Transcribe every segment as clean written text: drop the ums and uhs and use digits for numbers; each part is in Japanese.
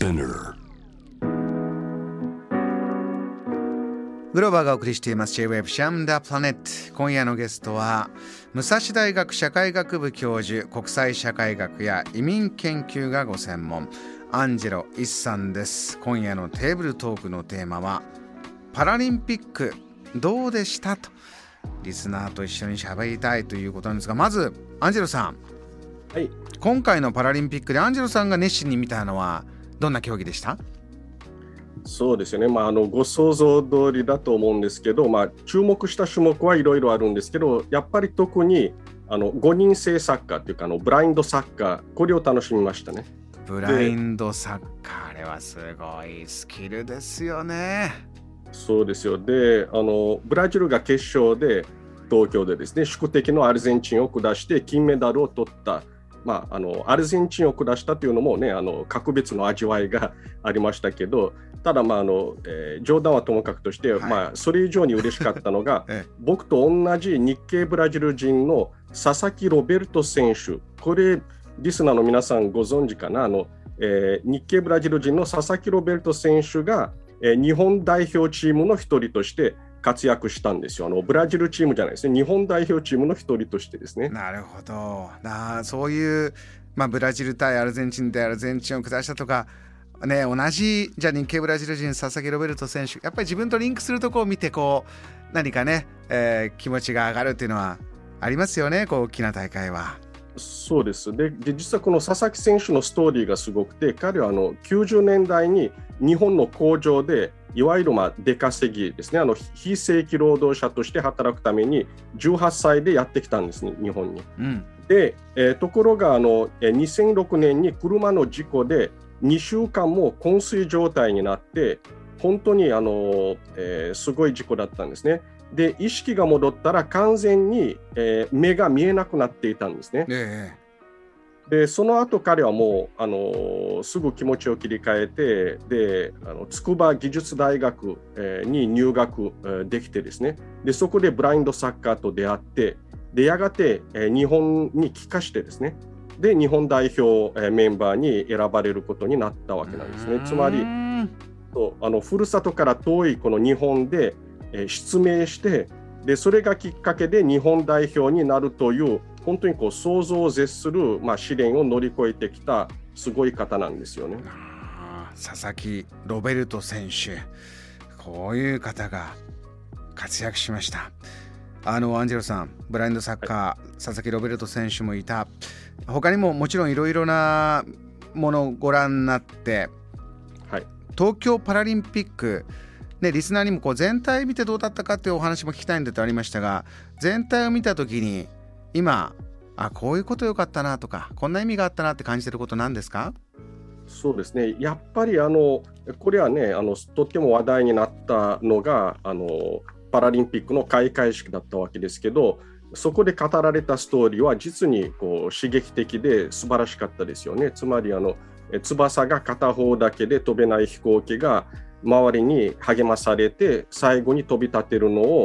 Spinner。 グローバーがお送りしています J-Web シャムダプラネット。今夜のゲストは武蔵大学社会学部教授、国際社会学や移民研究がご専門、アンジェロ・イッさんです。今夜のテーブルトークのテーマはパラリンピックどうでしたと、リスナーと一緒に喋りたいということなんですが、まずアンジェロさん、 はい、 今回のパラリンピックでアンジェロさんが熱心に見たのはどんな競技でした？ そうですよね、ご想像通りだと思うんですけど、注目した種目はいろいろあるんですけど、やっぱり特に5人制サッカーというかブラインドサッカー、これを楽しみましたね。 ブラインドサッカー、あれはすごいスキルですよね。 そうですよ。で、ブラジルが決勝で東京でですね、宿敵のアルゼンチンを下して金メダルを取った。アルゼンチンを下したというのもね、格別の味わいがありましたけど、ただ、冗談はともかくとして、それ以上に嬉しかったのが、僕と同じ日系ブラジル人の佐々木ロベルト選手、これリスナーの皆さんご存知かな、日系ブラジル人の佐々木ロベルト選手が、日本代表チームの一人として活躍したんですよ。ブラジルチームじゃないですね、日本代表チームの一人としてですね。 なるほど。そういう、ブラジル対アルゼンチンでアルゼンチンを下したとか、ね、同じじゃあ日系ブラジル人佐々木ロベルト選手、やっぱり自分とリンクするところを見て何かね、気持ちが上がるっていうのはありますよね、大きな大会は。 そうです。で実はこの佐々木選手のストーリーがすごくて、彼は90年代に日本の工場でいわゆる出稼ぎですね、非正規労働者として働くために18歳でやってきたんですね、日本に。で、ところが2006年に車の事故で2週間も昏睡状態になって、本当にすごい事故だったんですね。で、意識が戻ったら完全に、目が見えなくなっていたんですね。でその後彼はもうすぐ気持ちを切り替えて、で筑波技術大学、に入学、できてですね、でそこでブラインドサッカーと出会って、でやがて、日本に帰化してですね、で日本代表、メンバーに選ばれることになったわけなんですね。つまりふるさとから遠いこの日本で、失明して、でそれがきっかけで日本代表になるという本当に想像を絶する、試練を乗り越えてきたすごい方なんですよね。 佐々木ロベルト選手、こういう方が活躍しました。アンジェロさん、ブラインドサッカー、佐々木ロベルト選手もいた。他にももちろんいろいろなものをご覧になって、東京パラリンピックリスナーにも全体見てどうだったかっていうお話も聞きたいんだとありましたが、全体を見たときに今こういうこと良かったなとか、こんな意味があったなって感じてることなんですか？ そうですね、やっぱりこれはね、とっても話題になったのがパラリンピックの開会式だったわけですけど、そこで語られたストーリーは実に刺激的で素晴らしかったですよね。つまり翼が片方だけで飛べない飛行機が周りに励まされて最後に飛び立てるのを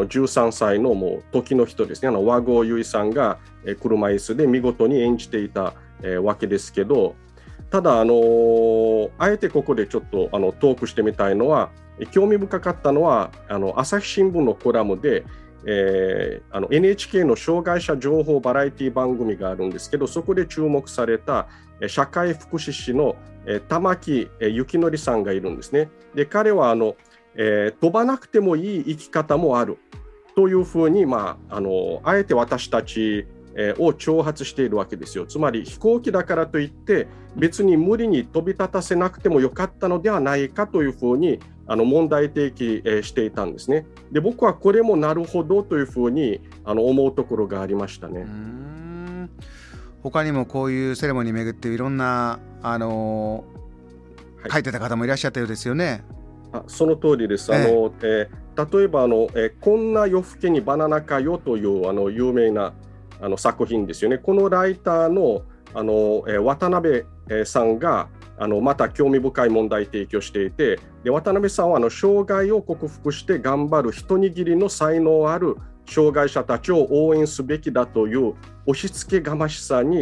13歳のもう時の人ですね、和合由依さんが車椅子で見事に演じていたわけですけど、ただあえてここでちょっとトークしてみたいのは、興味深かったのは朝日新聞のコラムで、NHK の障害者情報バラエティ番組があるんですけど、そこで注目された社会福祉士の玉木幸則さんがいるんですね。で彼は飛ばなくてもいい生き方もあるというふうに、あえて私たちを挑発しているわけですよ。つまり飛行機だからといって別に無理に飛び立たせなくてもよかったのではないかというふうに問題提起していたんですね。で僕はこれもなるほどというふうに思うところがありましたね。 他にもこういうセレモニー巡っていろんな書いてた方もいらっしゃったようですよね。 その通りです。例えばこんな夜更けにバナナかよという有名な作品ですよね。このライターの渡辺さんがまた興味深い問題提起をしていて、で渡辺さんは障害を克服して頑張る一握りの才能ある障害者たちを応援すべきだという押し付けがましさに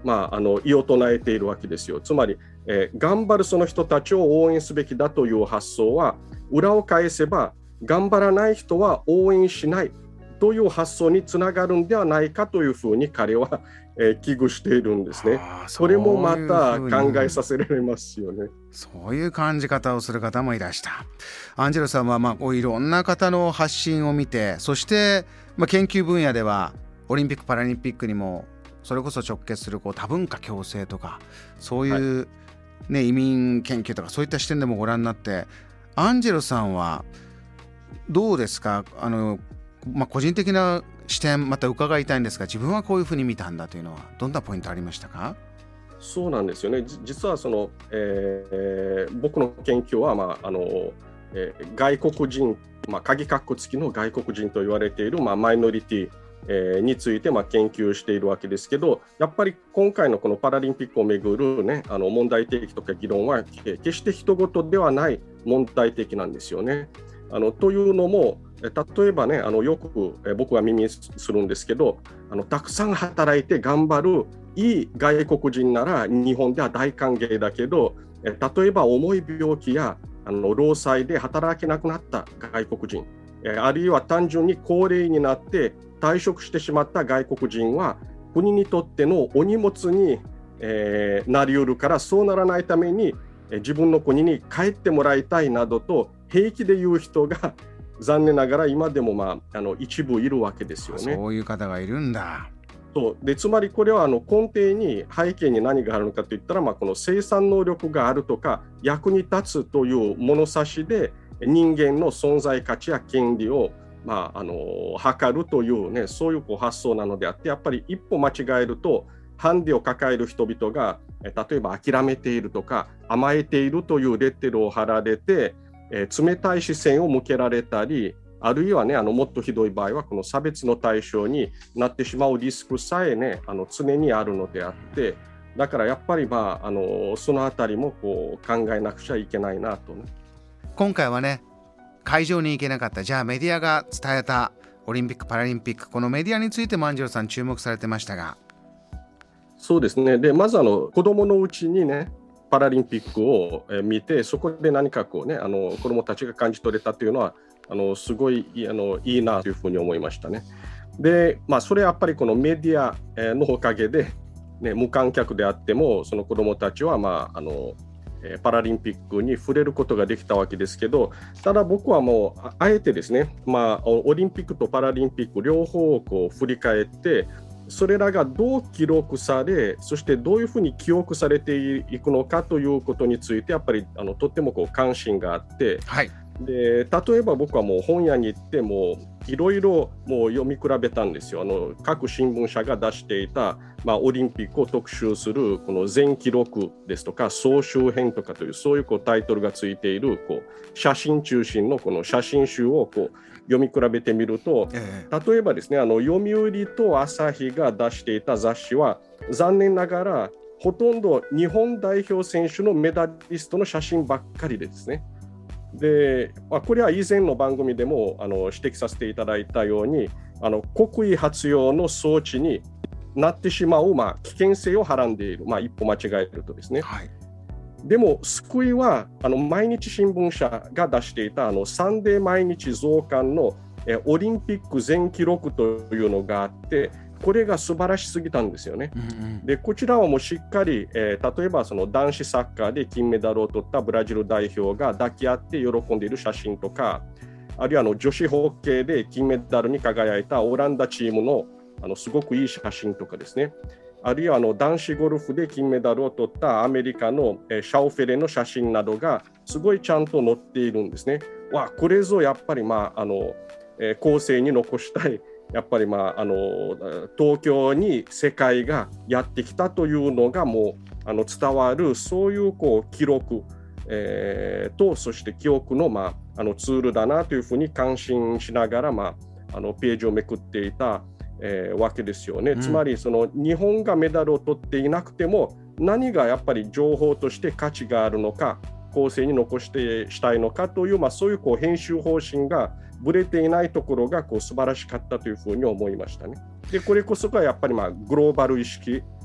異を唱えているわけですよ。つまり、頑張るその人たちを応援すべきだという発想は、裏を返せば頑張らない人は応援しないという発想につながるんではないかというふうに彼は、危惧しているんですね。これもまた考えさせられますよね。 そういう感じ方をする方もいらした。アンジェロさんはいろんな方の発信を見て、そして、研究分野ではオリンピック・パラリンピックにもそれこそ直結する多文化共生とか、そういう、移民研究とかそういった視点でもご覧になって、アンジェロさんはどうですか？個人的な視点また伺いたいんですが、自分はこういうふうに見たんだというのはどんなポイントありましたか？ そうなんですよね。実は僕の研究は、外国人、鍵括弧付きの外国人と言われている、マイノリティについて研究しているわけですけど、やっぱり今回のこのパラリンピックをめぐる、問題提起とか議論は決して人事ではない問題提起なんですよね。というのも、例えばね、よく僕は耳にするんですけど、たくさん働いて頑張るいい外国人なら日本では大歓迎だけど、例えば重い病気や労災で働けなくなった外国人、あるいは単純に高齢になって退職してしまった外国人は国にとってのお荷物に、なり得るから、そうならないために自分の国に帰ってもらいたいなどと平気で言う人が残念ながら今でも一部いるわけですよね。 そういう方がいるんだ。 そうで、つまりこれは根底に背景に何があるのかといったら、この生産能力があるとか役に立つという物差しで人間の存在価値や権利を測るという、そういう発想なのであって、やっぱり一歩間違えるとハンデを抱える人々が例えば諦めているとか甘えているというレッテルを貼られて、冷たい視線を向けられたり、あるいはね、もっとひどい場合はこの差別の対象になってしまうリスクさえね、常にあるのであって、だからやっぱりそのあたりも考えなくちゃいけないなとね。 今回はね、会場に行けなかった、じゃあメディアが伝えたオリンピック・パラリンピック、このメディアについてもアンジェロさん注目されてましたが。 そうですね。でまず子供のうちにね、パラリンピックを見て、そこで何か子どもたちが感じ取れたというのはすごいいいなというふうに思いましたね。で、それはやっぱりこのメディアのおかげで、無観客であってもその子どもたちはパラリンピックに触れることができたわけですけど、ただ僕はもうあえてですね、オリンピックとパラリンピック両方を振り返って、それらがどう記録され、そしてどういうふうに記憶されていくのかということについてやっぱりとっても関心があって、で例えば僕はもう本屋に行ってもいろいろもう読み比べたんですよ。各新聞社が出していた、オリンピックを特集するこの全記録ですとか総集編とかという、そういうタイトルがついている写真中心のこの写真集を読み比べてみると、例えばですね、読売と朝日が出していた雑誌は残念ながらほとんど日本代表選手のメダリストの写真ばっかりでですね、でこれは以前の番組でも指摘させていただいたように、国威発揚の装置になってしまう、危険性をはらんでいる、一歩間違えるとですね、でも救いは毎日新聞社が出していたサンデー毎日増刊のオリンピック全記録というのがあって、これが素晴らしすぎたんですよね。でこちらはもうしっかり、例えばその男子サッカーで金メダルを取ったブラジル代表が抱き合って喜んでいる写真とか、あるいは女子ホッケーで金メダルに輝いたオランダチームのすごくいい写真とかですね、あるいは男子ゴルフで金メダルを取ったアメリカのシャオフェレの写真などがすごいちゃんと載っているんですね。これぞやっぱり後世に残したい、やっぱり東京に世界がやってきたというのがもう伝わる、そういう記録、とそして記憶のツールだなというふうに感心しながらページをめくっていたわけですよね。つまりその日本がメダルを取っていなくても何がやっぱり情報として価値があるのか、後世に残してしたいのかという、そういう編集方針がぶれていないところが素晴らしかったというふうに思いましたね。でこれこそがやっぱりグローバル意識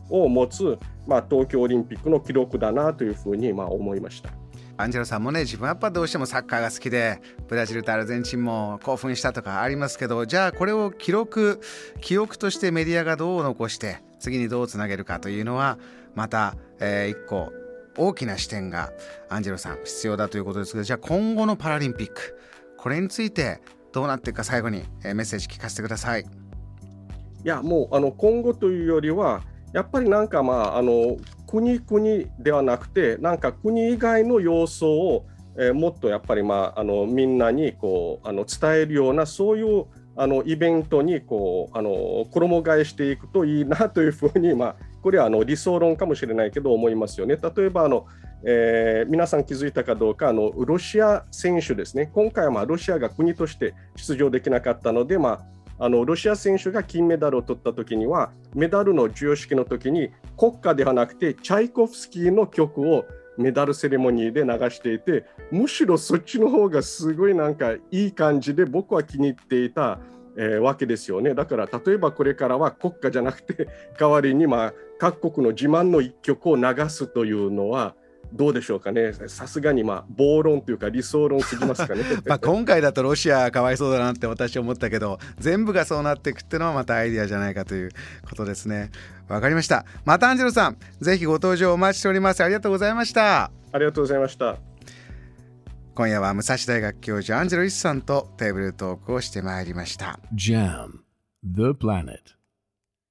を持つ、東京オリンピックの記録だなというふうに思いました。 アンジェロさんもね、自分はやっぱどうしてもサッカーが好きで、ブラジルとアルゼンチンも興奮したとかありますけど、じゃあこれを記憶としてメディアがどう残して次にどうつなげるかというのはまた、一個大きな視点がアンジェロさん必要だということですが、じゃあ今後のパラリンピック、これについてどうなっていくか、最後にメッセージ聞かせてください。 いや、もう今後というよりはやっぱり国ではなくて国以外の要素を、もっとやっぱりみんなに伝えるようなそういうイベントに衣替えしていくといいなというふうに、これは理想論かもしれないけど思いますよね。例えば皆さん気づいたかどうかロシア選手ですね。今回はロシアが国として出場できなかったので、ロシア選手が金メダルを取った時にはメダルの授与式の時に国歌ではなくてチャイコフスキーの曲をメダルセレモニーで流していて、むしろそっちの方がすごいいい感じで僕は気に入っていた、わけですよね。だから例えばこれからは国歌じゃなくて代わりに各国の自慢の一曲を流すというのはどうでしょうかね。さすがに暴論というか理想論すぎますかね今回だとロシアかわいそうだなって私は思ったけど、全部がそうなっていくっていうのはまたアイディアじゃないかということですね。わかりました。またアンジェロさん、ぜひご登場お待ちしております。ありがとうございました。 ありがとうございました。 今夜は武蔵大学教授アンジェロ・イスさんとテーブルトークをしてまいりました。 JAM The Planet